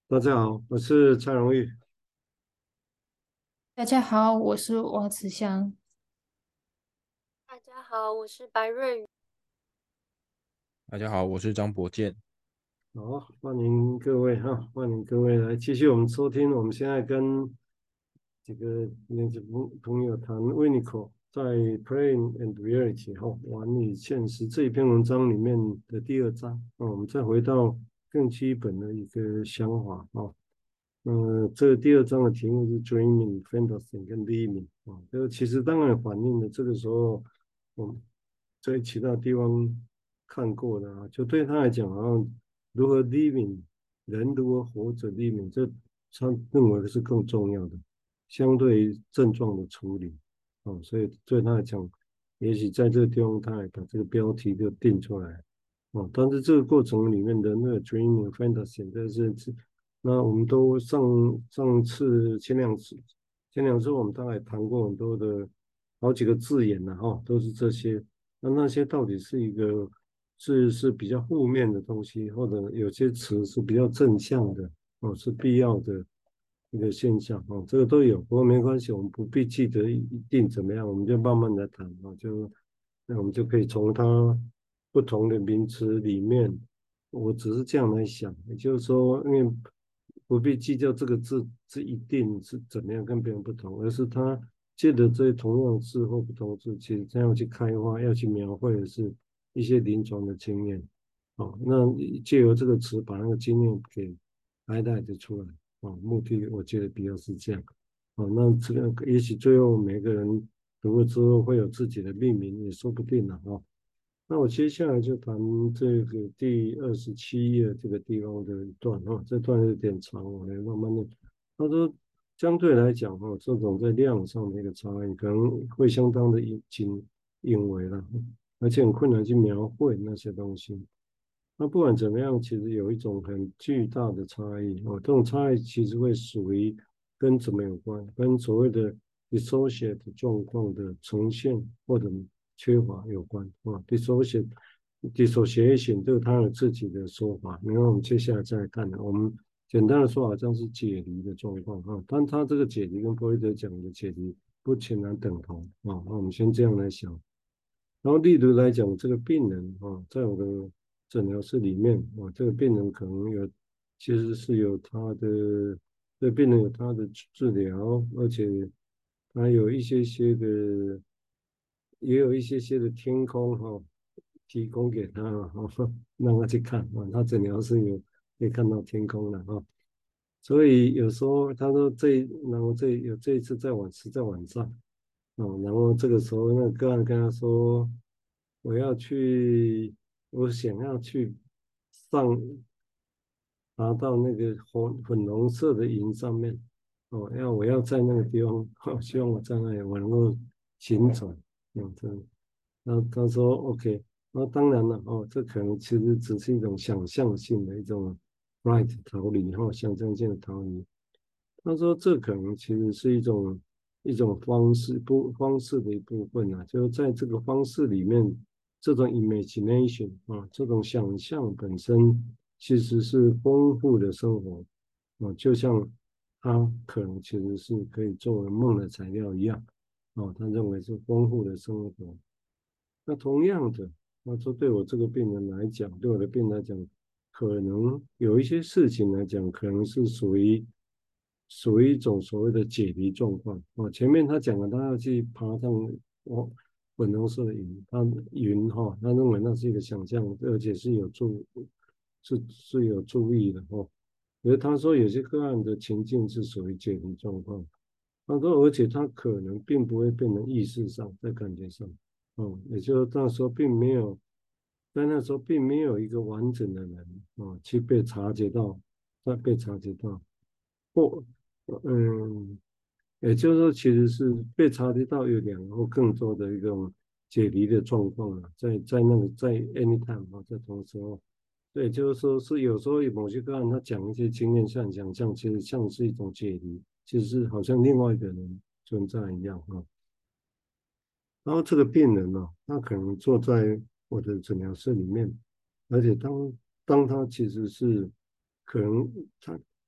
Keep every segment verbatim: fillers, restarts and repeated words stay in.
大家好，我是蔡荣玉。 大家好，我是王慈祥。 大家好，我是白瑞宇。 大家好，我是张博健。 好，欢迎各位哈，欢迎各位来继续我们收听。我们现在跟这个年轻朋朋友谈 Winnicott 在《Playing and Reality》哈玩与现实这一篇文章里面的第二章啊，我们再回到更基本的一个想法啊。嗯，这个第二章的题目是 dreaming、fantasy 跟 living 啊，这个其实当然反映了这个时候我们在其他地方看过的啊，就对他来讲，好像如何 living 人如何活着 living，这他认为是更重要的，相对于症状的处理哦，所以对他来讲，也许在这个地方他也把这个标题就定出来哦，但是这个过程里面的那个 dreaming fantasy，这是那我们都上上次前两次前两次我们大概谈过很多的好几个字眼了哈，都是这些。那那些到底是一个是是比较负面的东西，或者有些词是比较正向的哦，是必要的一个现象哦，这个都有。不过没关系，我们不必记得一定怎么样，我们就慢慢来谈啊，就那我们就可以从它不同的名词里面。我只是这样来想，也就是说，因为不必计较这个字是一定是怎么样跟别人不同，而是他借着这同样字或不同字，其实他要去开发、要去描绘的是一些临床的经验。哦，那借由这个词把那个经验给 highlight 出来。哦，目的我觉得比较是这样。哦，那这个也许最后每个人读了之后会有自己的命名，也说不定了哦。那我接下来就谈这个第二十七页这个地方的一段哈，这段有点长，我来慢慢的。他说，相对来讲哈，这种在量上的一个差异可能会相当的隐仅隐微了，而且很困难去描绘那些东西。那不管怎么样，其实有一种很巨大的差异哦，这种差异其实会属于跟怎么有关，跟所谓的 dissociate 状况的呈现或者缺乏有关啊。dissociate dissociation 这个它有自己的说法，然后我们接下来再来看呢，我们简单的说好像是解离的状况啊，但它这个解离跟弗洛伊德讲的解离不全然等同啊。那我们先这样来想。然后例如来讲，这个病人啊，在我的诊疗室里面啊，这个病人可能有，其实是有他的，这个病人有他的治疗，而且他有一些些的，也有一些些的天空哈、提供给他哈、让他去看啊，他诊疗室有可以看到天空了哈、所以有时候他说这，然后这有这一次在晚是在晚上。哦，然后这个时候那个个案跟他说，我要去，我想要去上爬到那个红粉红色的云上面，哦，要我要在那个地方，哦，希望我在那里我能够行走，嗯，这样。然后他说 OK，那当然了，哦，这可能其实只是一种想象性的一种 right 逃离，哈、哦，想象性的逃离。他说这可能其实是一种一种方式不方式的一部分啊，就是在这个方式里面，这种 imagination 啊，这种想象本身其实是丰富的生活啊，就像它可能其实是可以作为梦的材料一样啊，他认为是丰富的生活。那同样的，那说对我这个病人来讲，对我的病人来讲，可能有一些事情来讲，可能是属于属于一种所谓的解离状况啊。前面他讲了，他要去爬上哦粉红色的云，他云哈，他认为那是一个想象，而且是有注是是有注意的哦。可是他说有些个案的情境是属于解离状况，他说而且他可能并不会变成意识上，在感觉上。哦，也就是那时候并没有，在那时候并没有一个完整的人哦去被察觉到，再被察觉到，或嗯，也就是说其实是被察觉到有两个或更多的一种解离的状况啊，在在那个在 anytime 啊，在同时候，对，就是说是有时候有某些个案他讲一些经验像讲像，其实像是一种解离，其实是好像另外一个人存在一样啊。然后这个病人呢、他可能坐在我的诊疗室里面，而且当当他其实是可能他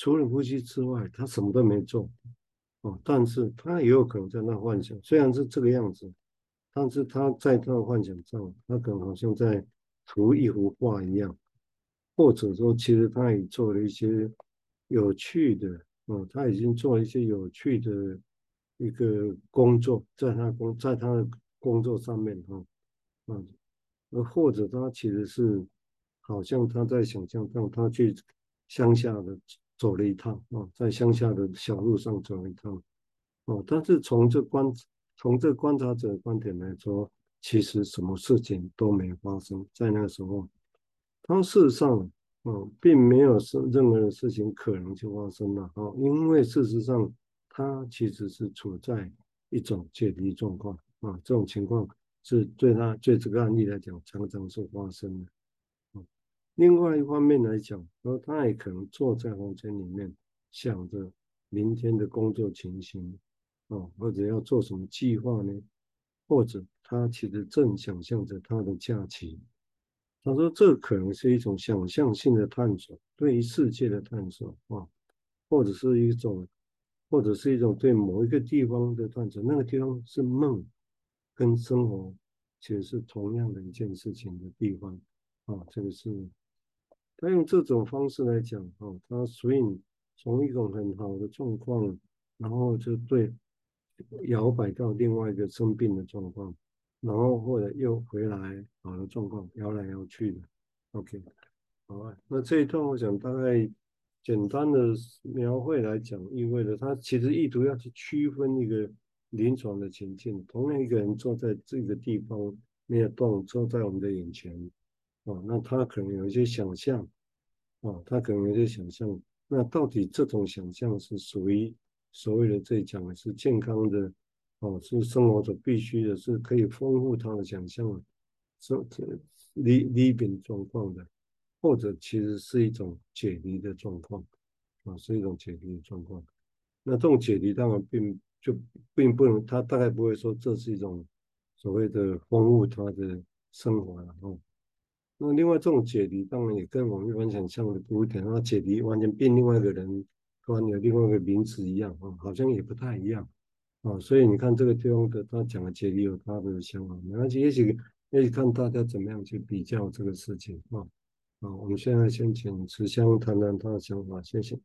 除了呼吸之外，他什么都没做哦，但是他也有可能在那幻想，虽然是这个样子，但是他在他的幻想上，他可能好像在涂一幅画一样，或者说其实他也做了一些有趣的，哦，他已经做了一些有趣的一个工作，在他工在他的工作上面哈，嗯，而或者他其实是好像他在想象上，他去乡下的走了一趟啊，在乡下的小路上走了一趟哦，但是从这观从这观察者的观点来说，其实什么事情都没发生，在那个时候，他事实上，嗯，并没有是任何的事情可能就发生了哦，因为事实上，他其实是处在一种解离状况啊，这种情况是对他对这个案例来讲，常常是发生的。嗯，另外一方面来讲，然后他也可能坐在房间里面，想着明天的工作情形，哦，或者要做什么计划呢？或者他其实正想象着他的假期。他说，这可能是一种想象性的探索，对于世界的探索啊，或者是一种，或者是一种对某一个地方的探索。那个地方是梦，跟生活其实是同样的一件事情的地方啊。这个是他用这种方式来讲啊，他所以从一种很好的状况，然后就对摇摆到另外一个生病的状况。然后或者又回来好的状况，摇来摇去的。OK，好啊，那这一段我想大概简单的描绘来讲，意味着他其实意图要去区分一个临床的情境，同样一个人坐在这个地方没有动，坐在我们的眼前，哦，那他可能有一些想象，哦，他可能有一些想象，那到底这种想象是属于所谓的这一讲的是健康的？哦，是生活所必须的，是可以丰富他的想象，这这离离别状况的，或者其实是一种解离的状况，啊，是一种解离的状况。那这种解离当然并就并不能，他大概不会说这是一种所谓的丰富他的生活了哦。那另外这种解离当然也跟我们一般想象的不一点，那解离完全变另外一个人，突然有另外一个名词一样啊，好像也不太一样。啊，所以你看这个地方的他讲的解离有他的想法，没关系，也许也许看大家怎么样去比较这个事情啊。啊，我们现在先请慈香谈谈他的想法，谢谢。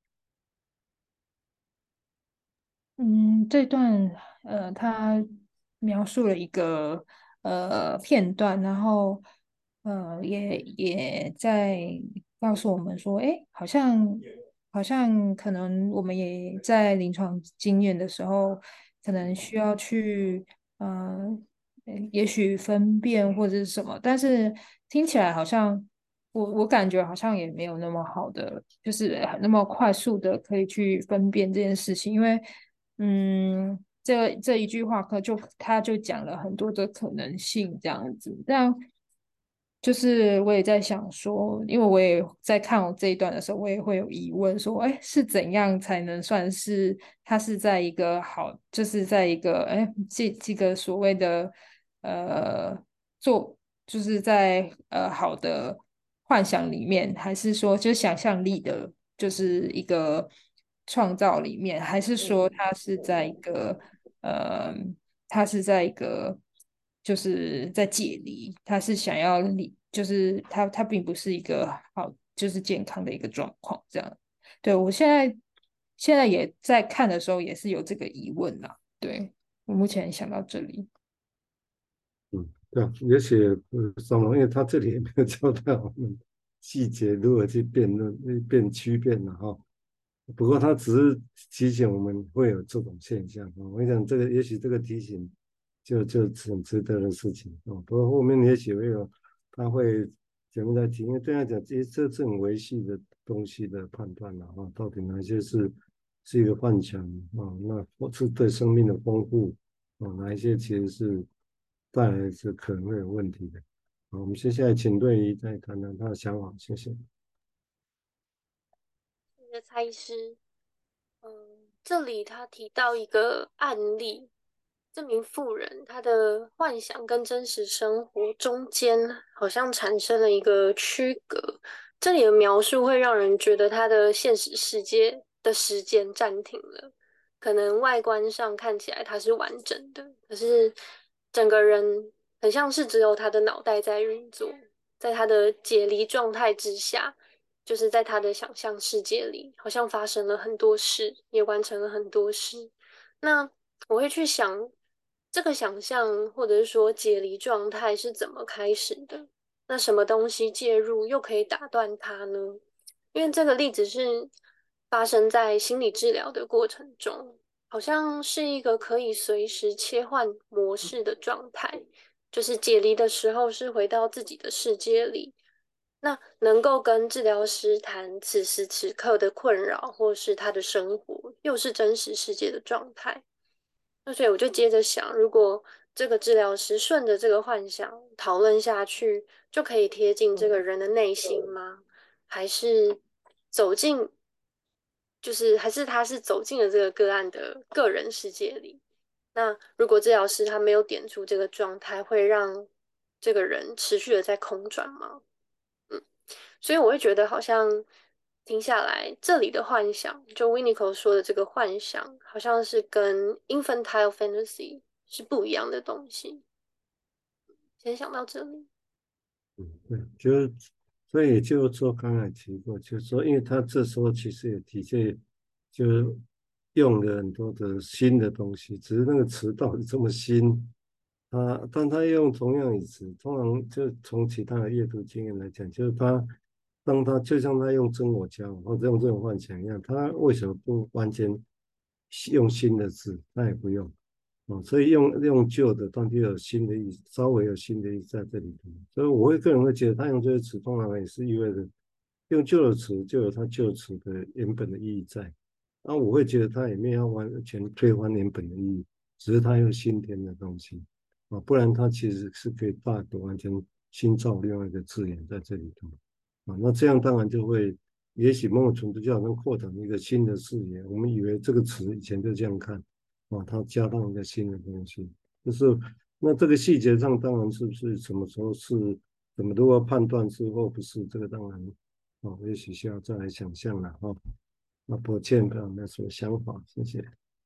嗯，这段呃，他描述了一个呃片段，然后呃也也在告诉我们说，哎，好像好像可能我们也在临床经验的时候，可能需要去呃，呃也许分辨或者是什么，但是听起来好像我我感觉好像也没有那么好的，就是那么快速的可以去分辨这件事情，因为。嗯，这这一句话课就他就讲了很多的可能性这样子，但就是我也在想说，因为我也在看我这一段的时候，我也会有疑问说，哎，是怎样才能算是他是在一个好，就是在一个哎这这个所谓的呃做，就是在呃好的幻想里面，还是说就是想象力的，就是一个创造里面，还是说他是在一个呃，他是在一个就是在解离，他是想要离，就是他他并不是一个好，就是健康的一个状况，这样。对，我现在现在也在看的时候，也是有这个疑问啦。对，我目前想到这里。 嗯，对啊，也许呃，什么，因为他这里也没有交代我们细节如何去辩论、辩区辨了哈。不过他只是提醒我们会有这种现象啊。我想这个也许这个提醒就就很值得的事情啊。不过后面也许会有他会节目在提，因为对他讲这些这这种维系的东西的判断了啊，到底哪些是是一个幻想啊，那或是对生命的丰富啊，哪一些其实是带来是可能会有问题的。好，我们接下来请瑞怡再谈谈他的想法，谢谢。 谢谢蔡医师。嗯，这里他提到一个案例，这名妇人她的幻想跟真实生活中间好像产生了一个区隔， 这里的描述会让人觉得他的现实世界的时间暂停了，可能外观上看起来他是完整的，可是整个人很像是只有他的脑袋在运作，在他的解离状态之下，就是在他的想象世界里，好像发生了很多事，也完成了很多事。那我会去想，这个想象或者是说解离状态是怎么开始的？那什么东西介入又可以打断它呢？因为这个例子是发生在心理治疗的过程中，好像是一个可以随时切换模式的状态，就是解离的时候是回到自己的世界里，那能够跟治疗师谈此时此刻的困扰，或是他的生活，又是真实世界的状态。那所以我就接着想，如果这个治疗师顺着这个幻想讨论下去，就可以贴近这个人的内心吗？还是走进，就是还是他是走进了这个个案的个人世界里？那如果治疗师他没有点出这个状态，会让这个人持续的在空转吗？嗯。所以我会觉得好像停下来，这里的幻想，就 Winnicott 说的这个幻想，好像是跟 infantile fantasy 是不一样的东西。先想到这里。 嗯，对，就是所以就是说刚才提过，就是说，因为他这时候其实也的确就是用了很多的新的东西，只是那个词到底这么新，他但他用同样的词，通常就从其他的阅读经验来讲，就是他当他就像他用真我教或者用这种幻想一样，他为什么不完全用新的字？他也不用。哦，所以用用旧的，但就有新的意思，稍微有新的意思在这里头。所以我会个人会觉得，他用这些词，通常也是意味着用旧的词就有它旧词的原本的意义在。那我会觉得他也没有要完全推翻原本的意义，只是他用新添的东西啊，不然他其实是可以大的完全新造另外一个字眼在这里头啊。那这样当然就会，也许某种程度就好像扩展一个新的视野。我们以为这个词以前就这样看。哦，它加上一个新的东西，就是那这个细节上，当然是不是什么时候是怎么如何判断是或不是，这个当然哦，也许需要再来想象了哈。那抱歉，不知道有没有什么想法？谢谢。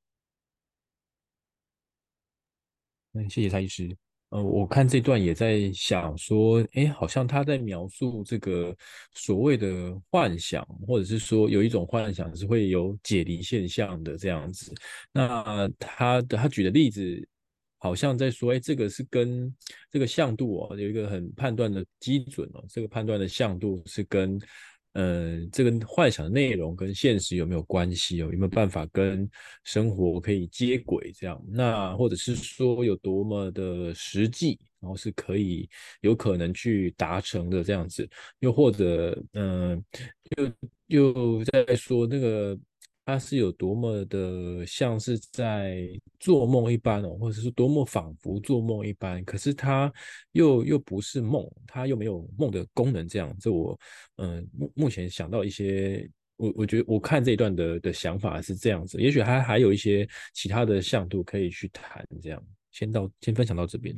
嗯，谢谢蔡医师。呃，我看这段也在想说，诶，好像他在描述这个所谓的幻想，或者是说有一种幻想是会有解离现象的这样子。那他的他举的例子，好像在说，诶，这个是跟这个向度哦，有一个很判断的基准哦，这个判断的向度是跟呃，这个幻想的内容跟现实有没有关系哦？有没有办法跟生活可以接轨？这样，那或者是说有多么的实际，然后是可以有可能去达成的这样子，又或者，嗯、呃，又又在说那个它是有多么的像是在做梦一般哦，或者是多么仿佛做梦一般，可是它又又不是梦，它又没有梦的功能，这样，这我嗯、呃、目目前想到一些，我我觉得我看这一段的的想法是这样子，也许还还有一些其他的向度可以去谈，这样，先到先分享到这边。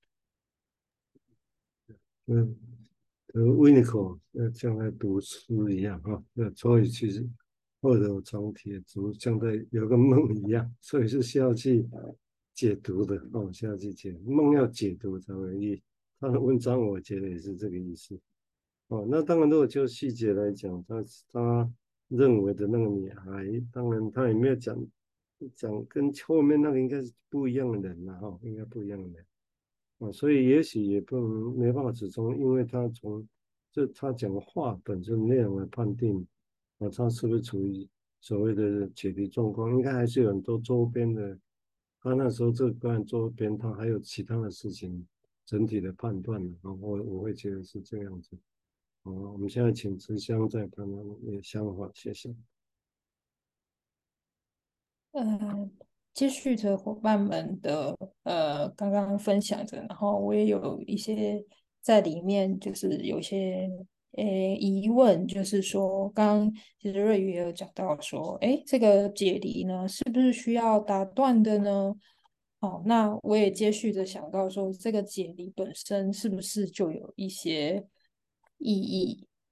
嗯，和维尼口呃像在读书一样哈，那所以其实或者从铁读像在有个梦一样，所以是需要去解读的哦，需要去解梦要解读才有意义。他的文章我觉得也是这个意思哦。那当然，如果就细节来讲，他他认为的那个女孩，当然他也没有讲讲跟后面那个应该是不一样的人了哈，应该不一样的人。啊，所以也许也不能没办法只从，因为他从这他讲话本身内容来判定，啊，他是不是处于所谓的解离状况，应该还是有很多周边的，他那时候这个个案周边他还有其他的事情整体的判断的，然后我我会觉得是这样子。好，我们现在请慈香再谈谈你的想法，谢谢。 呃，接续着伙伴们的呃刚刚分享着，然后我也有一些在里面，就是有一些呃疑问，就是说，刚刚其实瑞宇也有讲到说，诶，这个解离呢，是不是需要打断的呢？哦，那我也接续着想到说，这个解离本身是不是就有一些意义？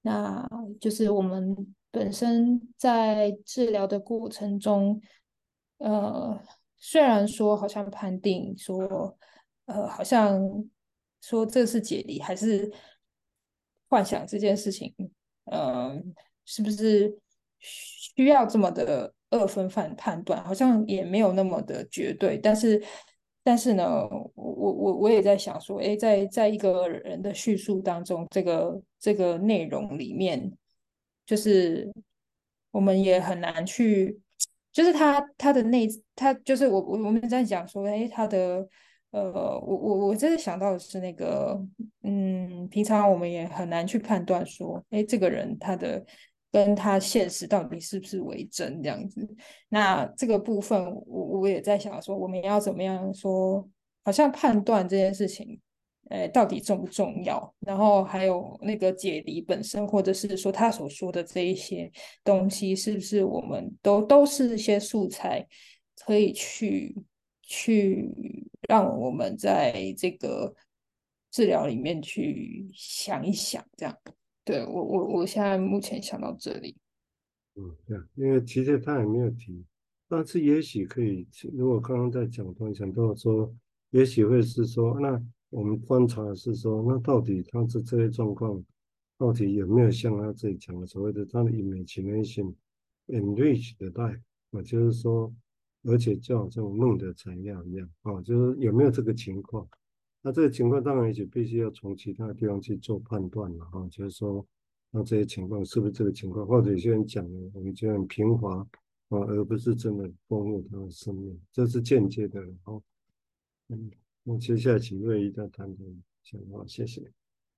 那就是我们本身在治疗的过程中，呃，虽然说好像判定说，呃，好像说这是解离还是幻想这件事情，呃，是不是需要这么的二分判判断？好像也没有那么的绝对。但是，但是呢，我我我也在想说，诶，在在一个人的叙述当中，这个这个内容里面，就是我们也很难去，就是他他的内，他就是我我我们在讲说，诶，他的。呃，我我我真的想到的是那个，嗯，平常我们也很难去判断说，哎，这个人他的跟他现实到底是不是为真这样子。那这个部分我，我也在想说，我们要怎么样说，好像判断这件事情，呃，到底重不重要？然后还有那个解离本身，或者是说他所说的这一些东西，是不是我们都都是一些素材，可以去去让我们在这个治疗里面去想一想，这样。对，我我我现在目前想到这里。 嗯，对啊，因为其实他也没有提，但是也许可以，如果刚刚在讲分享到说，也许会是说，那我们观察的是说，那到底他是这些状况，到底有没有像他这里讲的所谓的他的 imagination enrich 的 life 啊，就是说，而且就好像梦的材料一样啊，就是有没有这个情况？那这个情况当然也许必须要从其他地方去做判断了哈，就是说。那这些情况是不是这个情况？或者有些人讲的，我们就很平滑啊，而不是真的丰富他的生命，这是间接的。好，嗯，那接下来请瑞一再谈谈讲话，谢谢。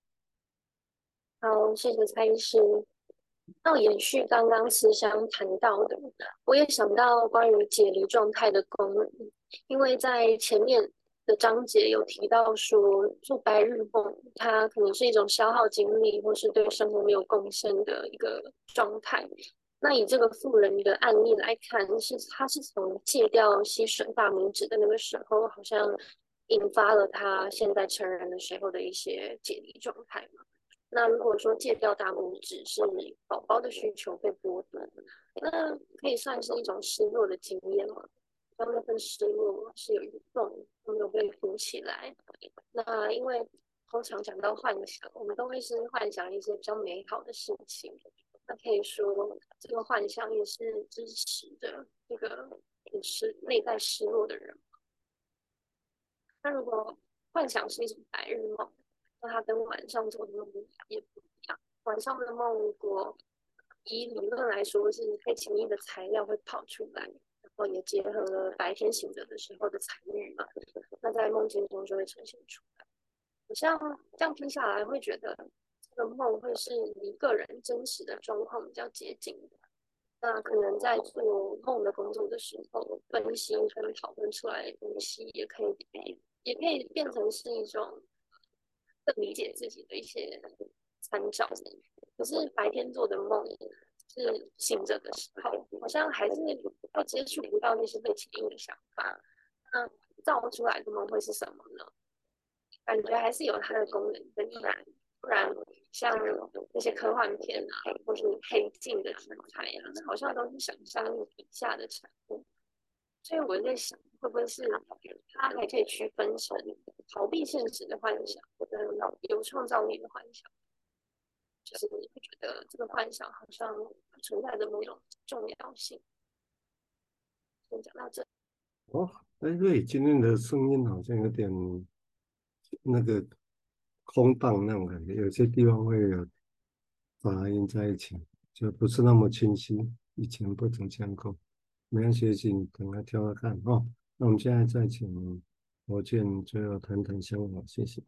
好，谢谢蔡医师。那我延续刚刚慈祥谈到的，我也想到关于解离状态的功能，因为在前面的章节有提到说，做白日梦，它可能是一种消耗精力或是对生活没有贡献的一个状态。那以这个富人的案例来看，是他是从戒掉吸吮大拇指的那个时候，好像引发了他现在成人的时候的一些解离状态嘛。那如果说戒掉大拇指是宝宝的需求被剥夺，那可以算是一种失落的经验嘛？他们那份失落是有一个洞没有被补起来。那因为通常讲到幻想，我们都会是幻想一些比较美好的事情。那可以说，这个幻想也是支持的这个也是内在失落的人。那如果幻想是一种白日梦，那它跟晚上做的梦也不一样。晚上的梦，如果以理论来说是可以潜意的材料会跑出来，然后也结合了白天醒着的时候的参与嘛，那在梦境中就会呈现出来。好像这样听下来，会觉得这个梦会是离个人真实的状况比较接近的。那可能在做梦的工作的时候，分析跟讨论出来的东西，也可以也可以变成是一种更理解自己的一些参照。可是白天做的梦是醒着的时候，好像还是要接触不到那些被潜意的想法。那造出来的梦会是什么呢？感觉还是有它的功能跟在，不然像那些科幻片啊，或是黑镜的题材啊，好像都是想象力以下的产物。所以我在想，会不会是它还可以区分成逃避现实的幻想跟有创造力的幻想？就是会觉得这个幻想好像存在着某种重要性。先讲到这。 哦，哎，瑞，今天的声音好像有点那个空荡那种感觉，有些地方会有杂音在一起，就不是那么清晰。以前不曾这样过，没关系，请等他挑挑看哦。那我们现在再请罗健最后谈谈想法，谢谢。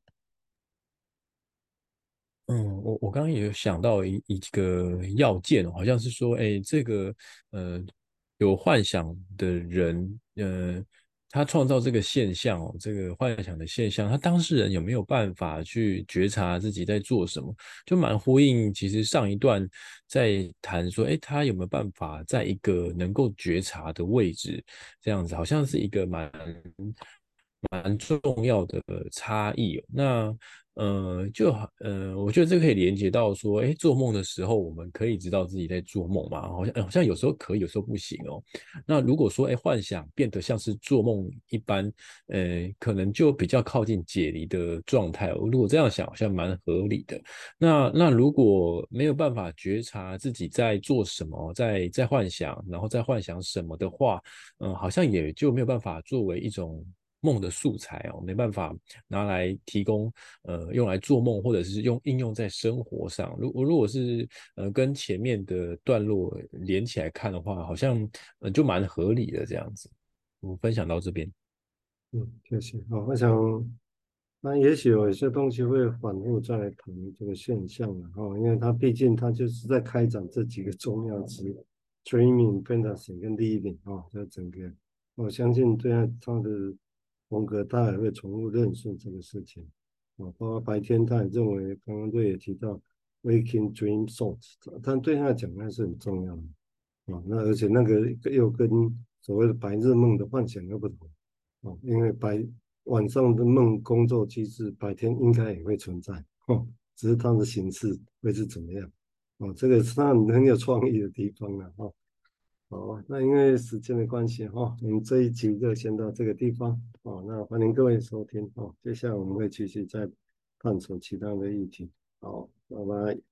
嗯，我我刚刚也有想到一一个要件哦，好像是说，哎，这个呃有幻想的人，呃，他创造这个现象哦，这个幻想的现象，他当事人有没有办法去觉察自己在做什么？就蛮呼应，其实上一段在谈说，哎，他有没有办法在一个能够觉察的位置，这样子，好像是一个蛮蛮重要的差异哦。那呃，就好呃，我觉得这可以连接到说，哎，做梦的时候，我们可以知道自己在做梦嘛？好像好像有时候可以，有时候不行哦。那如果说，哎，幻想变得像是做梦一般，呃，可能就比较靠近解离的状态哦。如果这样想，好像蛮合理的。那那如果没有办法觉察自己在做什么，在在幻想，然后在幻想什么的话，嗯、好像也就没有办法作为一种梦的素材哦，没办法拿来提供呃用来做梦，或者是用应用在生活上。如如果是呃跟前面的段落连起来看的话，好像呃就蛮合理的这样子。我分享到这边。 嗯，确实，好，我想，那也许有一些东西会反复再来谈这个现象了哈，因为它毕竟它就是在开展这几个重要词，dreaming、fantasy 跟 living 啊，这整个，我相信对他他的风格，他也会重复认识这个事情啊，包括白天他也认为，刚刚对也提到 waking dream thoughts，但对他来讲那是很重要的啊，那而且那个又跟所谓的白日梦的幻想又不同。哦，因为白晚上的梦工作机制，白天应该也会存在，哦，只是它的形式会是怎么样，哦，这个是他很很有创意的地方了，哦，好，那因为时间的关系，哈、哦，我们这一集就先到这个地方，哦，那欢迎各位收听，哦，接下来我们会继续再探索其他的议题，好，拜拜。